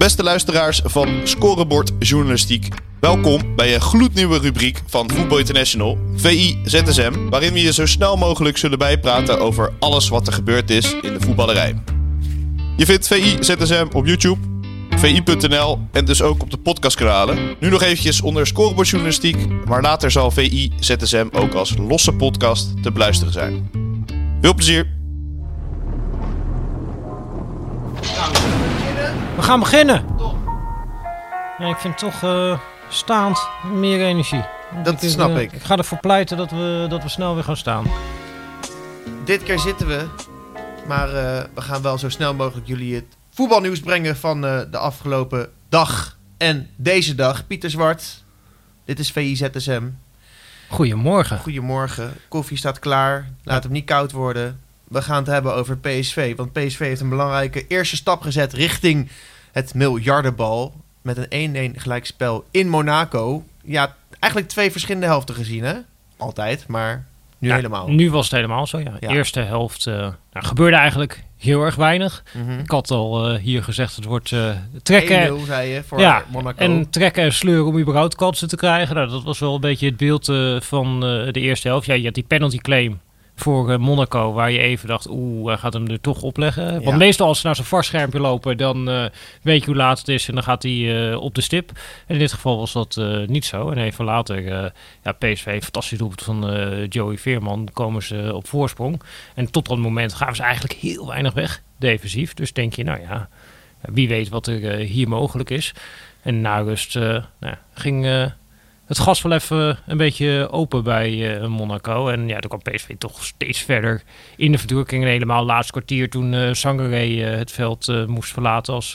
Beste luisteraars van Scorebord Journalistiek, welkom bij een gloednieuwe rubriek van Voetbal International, VI ZSM, waarin we je zo snel mogelijk zullen bijpraten over alles wat er gebeurd is in de voetballerij. Je vindt VI ZSM op YouTube, VI.nl en dus ook op de podcastkanalen. Nu nog eventjes onder Scorebord Journalistiek, maar later zal VI ZSM ook als losse podcast te beluisteren zijn. Veel plezier! We gaan beginnen. Ja, ik vind toch staand meer energie. Dat snap ik. Ik ga ervoor pleiten dat we snel weer gaan staan. Dit keer zitten we, maar we gaan wel zo snel mogelijk jullie het voetbalnieuws brengen van de afgelopen dag en deze dag. Pieter Zwart, dit is VI ZSM. Goedemorgen. Goedemorgen. Koffie staat klaar. Laat hem niet koud worden. We gaan het hebben over PSV. Want PSV heeft een belangrijke eerste stap gezet richting het miljardenbal. Met een 1-1 gelijkspel in Monaco. Ja, eigenlijk twee verschillende helften gezien, hè? Altijd, maar nu helemaal. Nu was het helemaal zo, ja. Eerste helft gebeurde eigenlijk heel erg weinig. Mm-hmm. Ik had al hier gezegd, het wordt trekken. 1-0, zei je, voor Monaco. En trekken en sleuren om überhaupt kansen te krijgen. Nou, dat was wel een beetje het beeld van de eerste helft. Ja, je had die penalty claim voor Monaco, waar je even dacht, hij gaat hem er toch opleggen. Ja. Want meestal als ze naar zo'n varschermpje lopen, dan weet je hoe laat het is en dan gaat hij op de stip. En in dit geval was dat niet zo. En even later, PSV, fantastisch doelpunt van Joey Veerman, komen ze op voorsprong. En tot dat moment gaven ze eigenlijk heel weinig weg, defensief. Dus denk je, wie weet wat er hier mogelijk is. En na rust ging het gas wel even een beetje open bij Monaco. En ja, toen kwam PSV toch steeds verder in de verdrukking. En helemaal het laatste kwartier toen Sangaré het veld moest verlaten als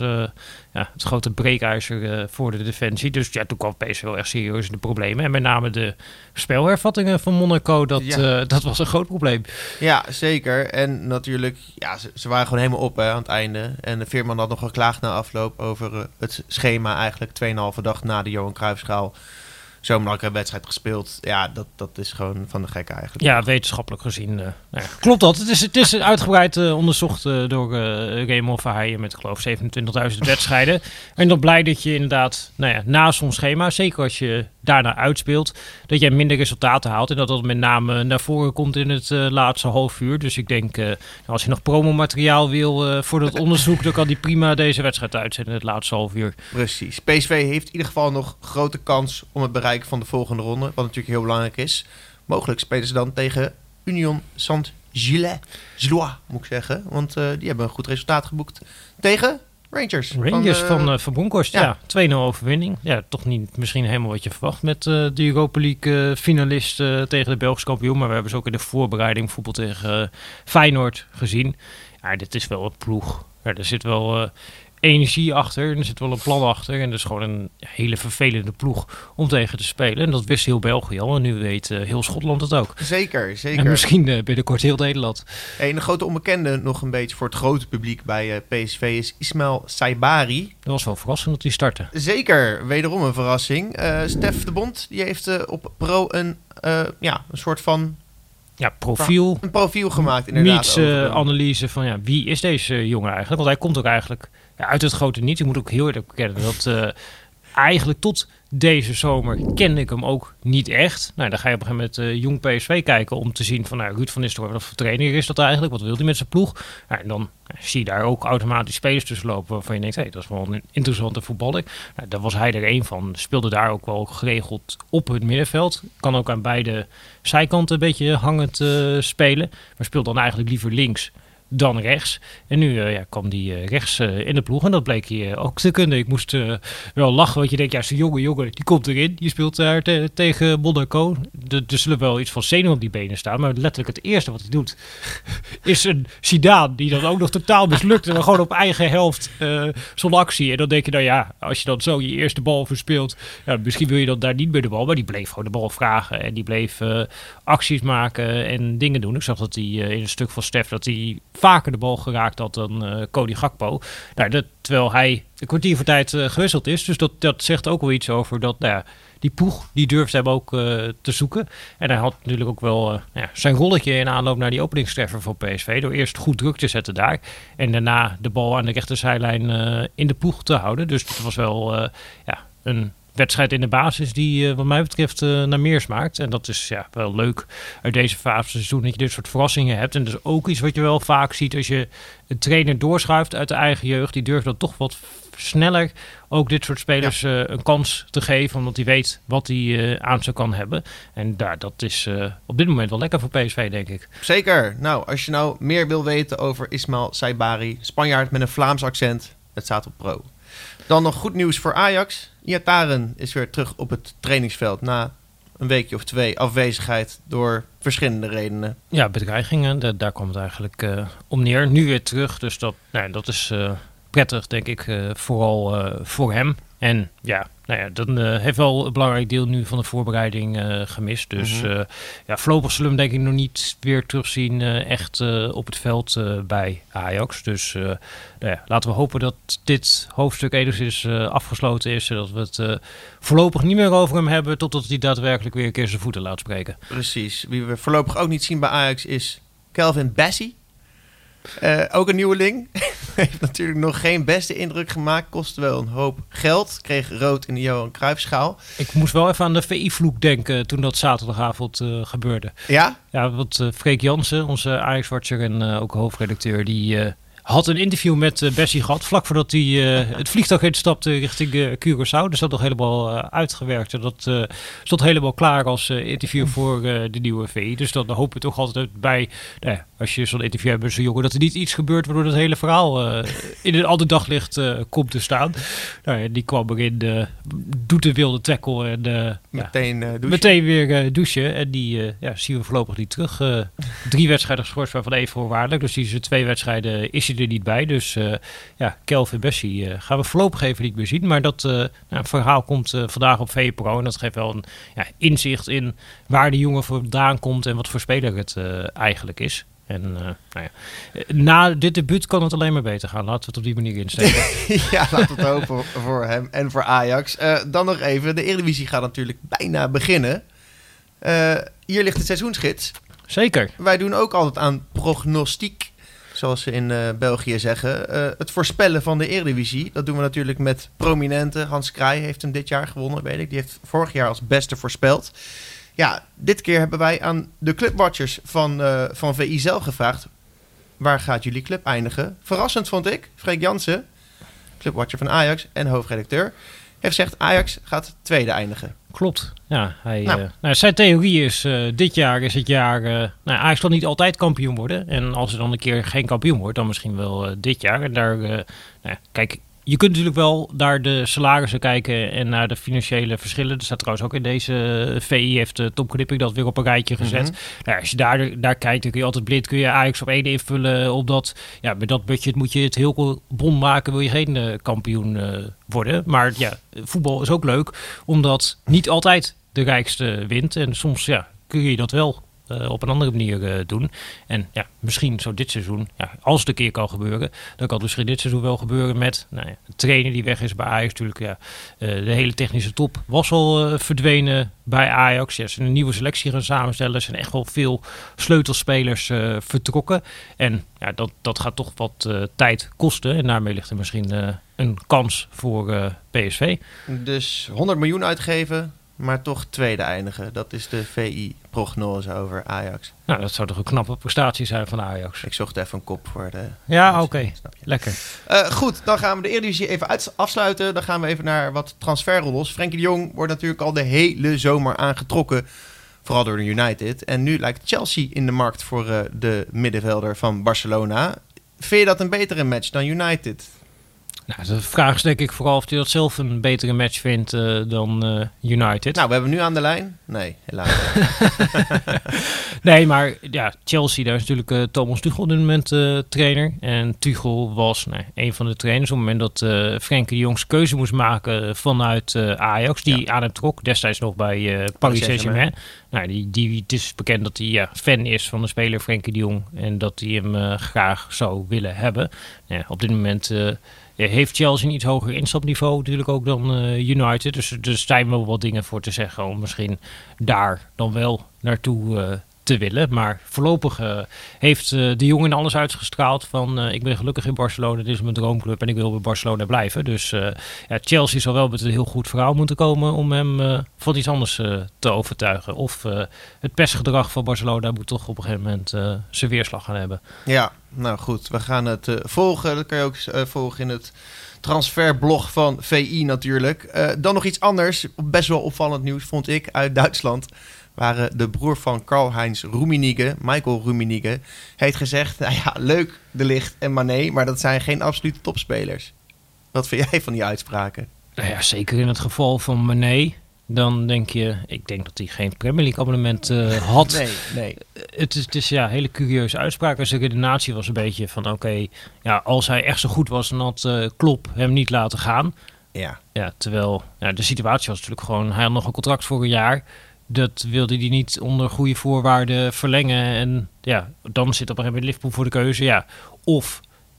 het grote breekijzer voor de defensie. Dus ja, toen kwam PSV wel echt serieus in de problemen. En met name de spelhervattingen van Monaco, dat was een groot probleem. Ja, zeker. En natuurlijk, ze waren gewoon helemaal op aan het einde. En Veerman had nog geklaagd na afloop over het schema eigenlijk 2,5 dag na de Johan Cruijffschaal. Zo'n belangrijke wedstrijd gespeeld. Ja, dat is gewoon van de gekke eigenlijk. Ja, wetenschappelijk gezien. Klopt dat. Het is uitgebreid onderzocht door Raymond Verheijen met, geloof 27.000 wedstrijden. En dan blij dat je inderdaad, na zo'n schema, zeker als je daarna uitspeelt, dat je minder resultaten haalt. En dat met name naar voren komt in het laatste half uur. Dus ik denk, als je nog promomateriaal wil voor dat onderzoek, dan kan die prima deze wedstrijd uitzenden in het laatste half uur. Precies. PSV heeft in ieder geval nog grote kans om het bereiken van de volgende ronde, wat natuurlijk heel belangrijk is. Mogelijk spelen ze dan tegen Union Saint-Gilloise, moet ik zeggen. Want die hebben een goed resultaat geboekt tegen Rangers. Van Bronckhorst, 2-0 overwinning. Ja, toch niet misschien helemaal wat je verwacht met de Europa League finalist tegen de Belgische kampioen. Maar we hebben ze ook in de voorbereiding bijvoorbeeld tegen Feyenoord gezien. Ja, dit is wel een ploeg. Ja, er zit wel energie achter en er zit wel een plan achter. En dat is gewoon een hele vervelende ploeg om tegen te spelen. En dat wist heel België al. En nu weet heel Schotland het ook. Zeker. En misschien binnenkort heel Nederland. Een grote onbekende nog een beetje voor het grote publiek bij PSV is Ismail Saibari. Dat was wel verrassend dat hij startte. Zeker, wederom een verrassing. Stef de Bond die heeft op Pro een soort van profiel. Een profiel gemaakt inderdaad. Analyse van wie is deze jongen eigenlijk? Want hij komt ook eigenlijk uit het grote niets. Ik moet ook heel eerlijk bekennen dat eigenlijk tot deze zomer kende ik hem ook niet echt. Dan ga je op een gegeven moment jong PSV kijken om te zien van Ruud van Nistelrooy, wat voor trainer is dat eigenlijk? Wat wil hij met zijn ploeg? En dan zie je daar ook automatisch spelers tussen lopen waarvan je denkt, dat is wel een interessante voetballer. Daar was hij er één van. Speelde daar ook wel geregeld op het middenveld. Kan ook aan beide zijkanten een beetje hangend spelen. Maar speelt dan eigenlijk liever links dan rechts. En nu kwam die rechts in de ploeg. En dat bleek hij ook te kunnen. Ik moest wel lachen, want je denkt, zo'n jongen, die komt erin. Die speelt daar tegen Monaco. Er zullen wel iets van zenuw op die benen staan. Maar letterlijk het eerste wat hij doet is een Zidane, die dan ook nog totaal mislukt. En dan gewoon op eigen helft zo'n actie. En dan denk je, als je dan zo je eerste bal verspeelt, misschien wil je dan daar niet meer de bal. Maar die bleef gewoon de bal vragen. En die bleef acties maken en dingen doen. Ik zag dat hij in een stuk van Stef, dat hij vaker de bal geraakt had dan Cody Gakpo. Nou, terwijl hij een kwartier voor tijd gewisseld is. Dus dat zegt ook wel iets over dat die ploeg die durft hem ook te zoeken. En hij had natuurlijk ook wel zijn rolletje in aanloop naar die openingstreffer van PSV. Door eerst goed druk te zetten daar. En daarna de bal aan de rechterzijlijn in de ploeg te houden. Dus dat was wel een wedstrijd in de basis die wat mij betreft naar meer smaakt. En dat is wel leuk uit deze fase van het seizoen dat je dit soort verrassingen hebt. En dat is ook iets wat je wel vaak ziet als je een trainer doorschuift uit de eigen jeugd. Die durft dan toch wat sneller ook dit soort spelers een kans te geven. Omdat hij weet wat hij aan ze kan hebben. En dat is op dit moment wel lekker voor PSV, denk ik. Zeker. Nou, als je nou meer wil weten over Ismail Saibari, Spanjaard met een Vlaams accent, het staat op Pro. Dan nog goed nieuws voor Ajax. Iataren is weer terug op het trainingsveld na een weekje of 2 afwezigheid door verschillende redenen. Ja, bedreigingen, daar kwam het eigenlijk om neer. Nu weer terug, dus dat is prettig, denk ik, vooral voor hem. En dan heeft wel een belangrijk deel nu van de voorbereiding gemist. Dus voorlopig zullen we hem denk ik nog niet weer terugzien echt op het veld bij Ajax. Dus laten we hopen dat dit hoofdstuk enigszins afgesloten is. Zodat we het voorlopig niet meer over hem hebben totdat hij daadwerkelijk weer een keer zijn voeten laat spreken. Precies. Wie we voorlopig ook niet zien bij Ajax is Kelvin Bessie. Ook een nieuweling. Heeft natuurlijk nog geen beste indruk gemaakt. Kostte wel een hoop geld. Kreeg rood in de Johan Cruijffschaal. Ik moest wel even aan de VI-vloek denken toen dat zaterdagavond gebeurde. Ja? Ja, want Freek Jansen, onze Ajax-watcher en ook hoofdredacteur, die had een interview met Bessie gehad. Vlak voordat hij het vliegtuig instapte richting Curaçao. Dus dat nog helemaal uitgewerkt. En dat stond helemaal klaar als interview voor de nieuwe VI. Dus dan hopen we toch altijd bij, als je zo'n interview hebt met zo'n jongen, dat er niet iets gebeurt waardoor het hele verhaal in een ander daglicht komt te staan. Die kwam erin, doet de wilde tackle en meteen weer douchen. En die zien we voorlopig niet terug. 3 wedstrijden geschorst, waarvan 1 voorwaardelijk. Dus die 2 wedstrijden is hij er niet bij. Dus Kelvin Bessie gaan we voorlopig even niet meer zien. Maar dat verhaal komt vandaag op VPRO. En dat geeft wel een inzicht in waar de jongen vandaan komt en wat voor speler het eigenlijk is. En na dit debuut kan het alleen maar beter gaan. Laten we het op die manier insteken. Ja, laten we het hopen voor hem en voor Ajax. Dan nog even, de Eredivisie gaat natuurlijk bijna beginnen. Hier ligt de seizoensgids. Zeker. Wij doen ook altijd aan prognostiek, zoals ze in België zeggen. Het voorspellen van de Eredivisie. Dat doen we natuurlijk met prominenten. Hans Kraai heeft hem dit jaar gewonnen, weet ik. Die heeft vorig jaar als beste voorspeld. Ja, dit keer hebben wij aan de clubwatchers van VI zelf gevraagd: waar gaat jullie club eindigen? Verrassend vond ik. Freek Jansen, clubwatcher van Ajax en hoofdredacteur, heeft gezegd Ajax gaat tweede eindigen. Klopt. Ja, zijn theorie is, dit jaar is het jaar, Ajax kan niet altijd kampioen worden. En als er dan een keer geen kampioen wordt, dan misschien wel dit jaar. En daar, kijk, je kunt natuurlijk wel naar de salarissen kijken en naar de financiële verschillen. Er staat trouwens ook in deze VI, heeft Tom Knipping dat weer op een rijtje gezet. Mm-hmm. Als je daar kijkt, dan kun je altijd blind, kun je Ajax op 1 invullen. Omdat, met dat budget moet je het heel bon maken, wil je geen kampioen worden. Maar voetbal is ook leuk, omdat niet altijd de rijkste wint. En soms kun je dat wel op een andere manier doen. En misschien zo dit seizoen, als het een keer kan gebeuren, dan kan het misschien dit seizoen wel gebeuren met een trainer die weg is bij Ajax. Natuurlijk, de hele technische top was al verdwenen bij Ajax. Ze zijn een nieuwe selectie gaan samenstellen. Er zijn echt wel veel sleutelspelers vertrokken. En dat gaat toch wat tijd kosten. En daarmee ligt er misschien een kans voor PSV. Dus 100 miljoen uitgeven, maar toch tweede eindigen. Dat is de VI-prognose over Ajax. Nou, dat zou toch een knappe prestatie zijn van Ajax. Ik zocht even een kop voor de... Ja, oké. Lekker. Goed, dan gaan we de Eredivisie even afsluiten. Dan gaan we even naar wat transferroddels. Frenkie de Jong wordt natuurlijk al de hele zomer aangetrokken. Vooral door de United. En nu lijkt Chelsea in de markt voor de middenvelder van Barcelona. Vind je dat een betere match dan United? Nou, de vraag is denk ik vooral of hij dat zelf een betere match vindt dan United. Nou, we hebben hem nu aan de lijn. Nee, helaas. Nee, maar ja, Chelsea, daar is natuurlijk Thomas Tuchel op dit moment trainer. En Tuchel was een van de trainers op het moment dat Frenkie de Jong keuze moest maken vanuit Ajax. Die aan hem trok, destijds nog bij Paris Saint-Germain. Nou, het is bekend dat hij fan is van de speler Frenkie de Jong. En dat hij hem graag zou willen hebben. Ja, op dit moment heeft Chelsea een iets hoger instapniveau natuurlijk ook dan United. Dus er zijn wel wat dingen voor te zeggen om misschien daar dan wel naartoe te willen. Maar voorlopig heeft de jongen alles uitgestraald van ik ben gelukkig in Barcelona, dit is mijn droomclub en ik wil bij Barcelona blijven. Dus Chelsea zal wel met een heel goed verhaal moeten komen om hem van iets anders te overtuigen. Of het pestgedrag van Barcelona moet toch op een gegeven moment zijn weerslag gaan hebben. Ja, nou goed, we gaan het volgen. Dat kan je ook volgen in het transferblog van VI natuurlijk. Dan nog iets anders, best wel opvallend nieuws vond ik uit Duitsland. Waren de broer van Karl-Heinz Rummenigge, Michael Rummenigge, heeft gezegd, nou ja, leuk De Ligt en Mané, maar dat zijn geen absolute topspelers. Wat vind jij van die uitspraken? Nou ja, zeker in het geval van Mané. Dan denk je, ik denk dat hij geen Premier League abonnement had. Nee. Het is ja, hele curieuze uitspraak. Dus de redenatie was een beetje van oké, als hij echt zo goed was, dan had Klopp hem niet laten gaan. Ja. Ja, terwijl de situatie was natuurlijk gewoon, hij had nog een contract voor een jaar. Dat wilde hij niet onder goede voorwaarden verlengen. En ja, dan zit op een gegeven moment Liverpool voor de keuze. Ja, of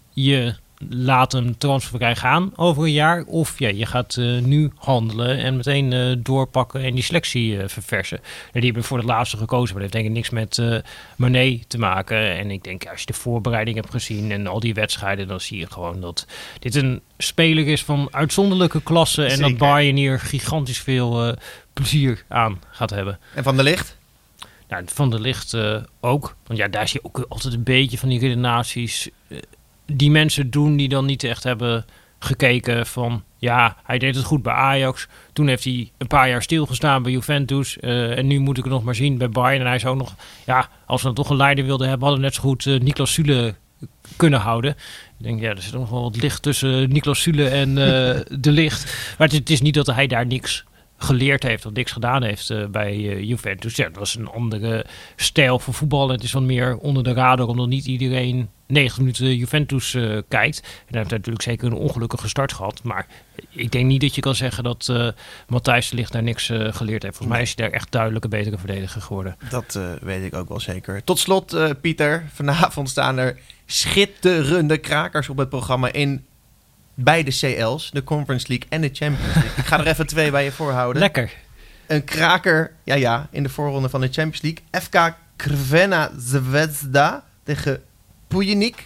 je laat hem transfervrij gaan over een jaar. Of je gaat nu handelen en meteen doorpakken en die selectie verversen. En die hebben voor het laatste gekozen. Maar dat heeft denk ik niks met Mané te maken. En ik denk, als je de voorbereiding hebt gezien en al die wedstrijden, dan zie je gewoon dat dit een speler is van uitzonderlijke klasse. En Zeker. dat Bayern hier gigantisch veel plezier aan gaat hebben. En Van der Ligt? Nou, Van der Ligt ook. Want ja, daar zie je ook altijd een beetje van die redenaties die mensen doen die dan niet echt hebben gekeken van ja, hij deed het goed bij Ajax. Toen heeft hij een paar jaar stilgestaan bij Juventus. En nu moet ik het nog maar zien bij Bayern. En hij zou nog, als we dan toch een leider wilden hebben, hadden we net zo goed Niklas Süle kunnen houden. Ik denk, er zit nog wel wat licht tussen Niklas Süle en De Ligt. Maar het is niet dat hij daar niks geleerd heeft of niks gedaan heeft bij Juventus. Ja, dat was een andere stijl van voetbal. Het is wat meer onder de radar, omdat niet iedereen 90 minuten Juventus kijkt. En hij heeft natuurlijk zeker een ongelukkige start gehad. Maar ik denk niet dat je kan zeggen dat Matthijs de Ligt daar niks geleerd heeft. Volgens mij is hij daar echt duidelijk een betere verdediger geworden. Dat weet ik ook wel zeker. Tot slot, Pieter, vanavond staan er schitterende krakers op het programma in beide CL's, de Conference League en de Champions League. Ik ga er even 2 bij je voorhouden. Lekker. Een kraker, in de voorronde van de Champions League. FK Crvena Zvezda tegen Pujenik.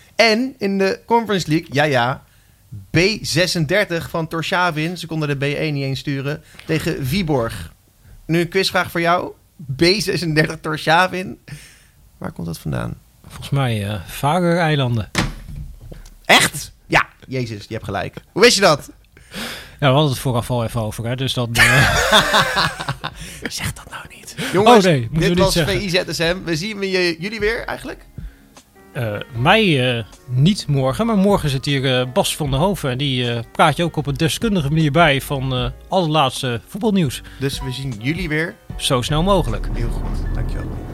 En in de Conference League, B36 van Torshavin. Ze konden de B1 niet eens sturen. Tegen Viborg. Nu een quizvraag voor jou. B36 Torshavin. Waar komt dat vandaan? Volgens mij Faroe-eilanden. Echt? Ja, Jezus, je hebt gelijk. Hoe wist je dat? Ja, we hadden het vooraf al even over, hè? Dus dan... Zeg dat nou niet. Jongens, moeten we dit niet was zeggen. VI-ZSM. We zien jullie weer eigenlijk? Mij niet morgen, maar morgen zit hier Bas van der Hoven. En die praat je ook op een deskundige manier bij van allerlaatste voetbalnieuws. Dus we zien jullie weer. Zo snel mogelijk. Heel goed, dankjewel.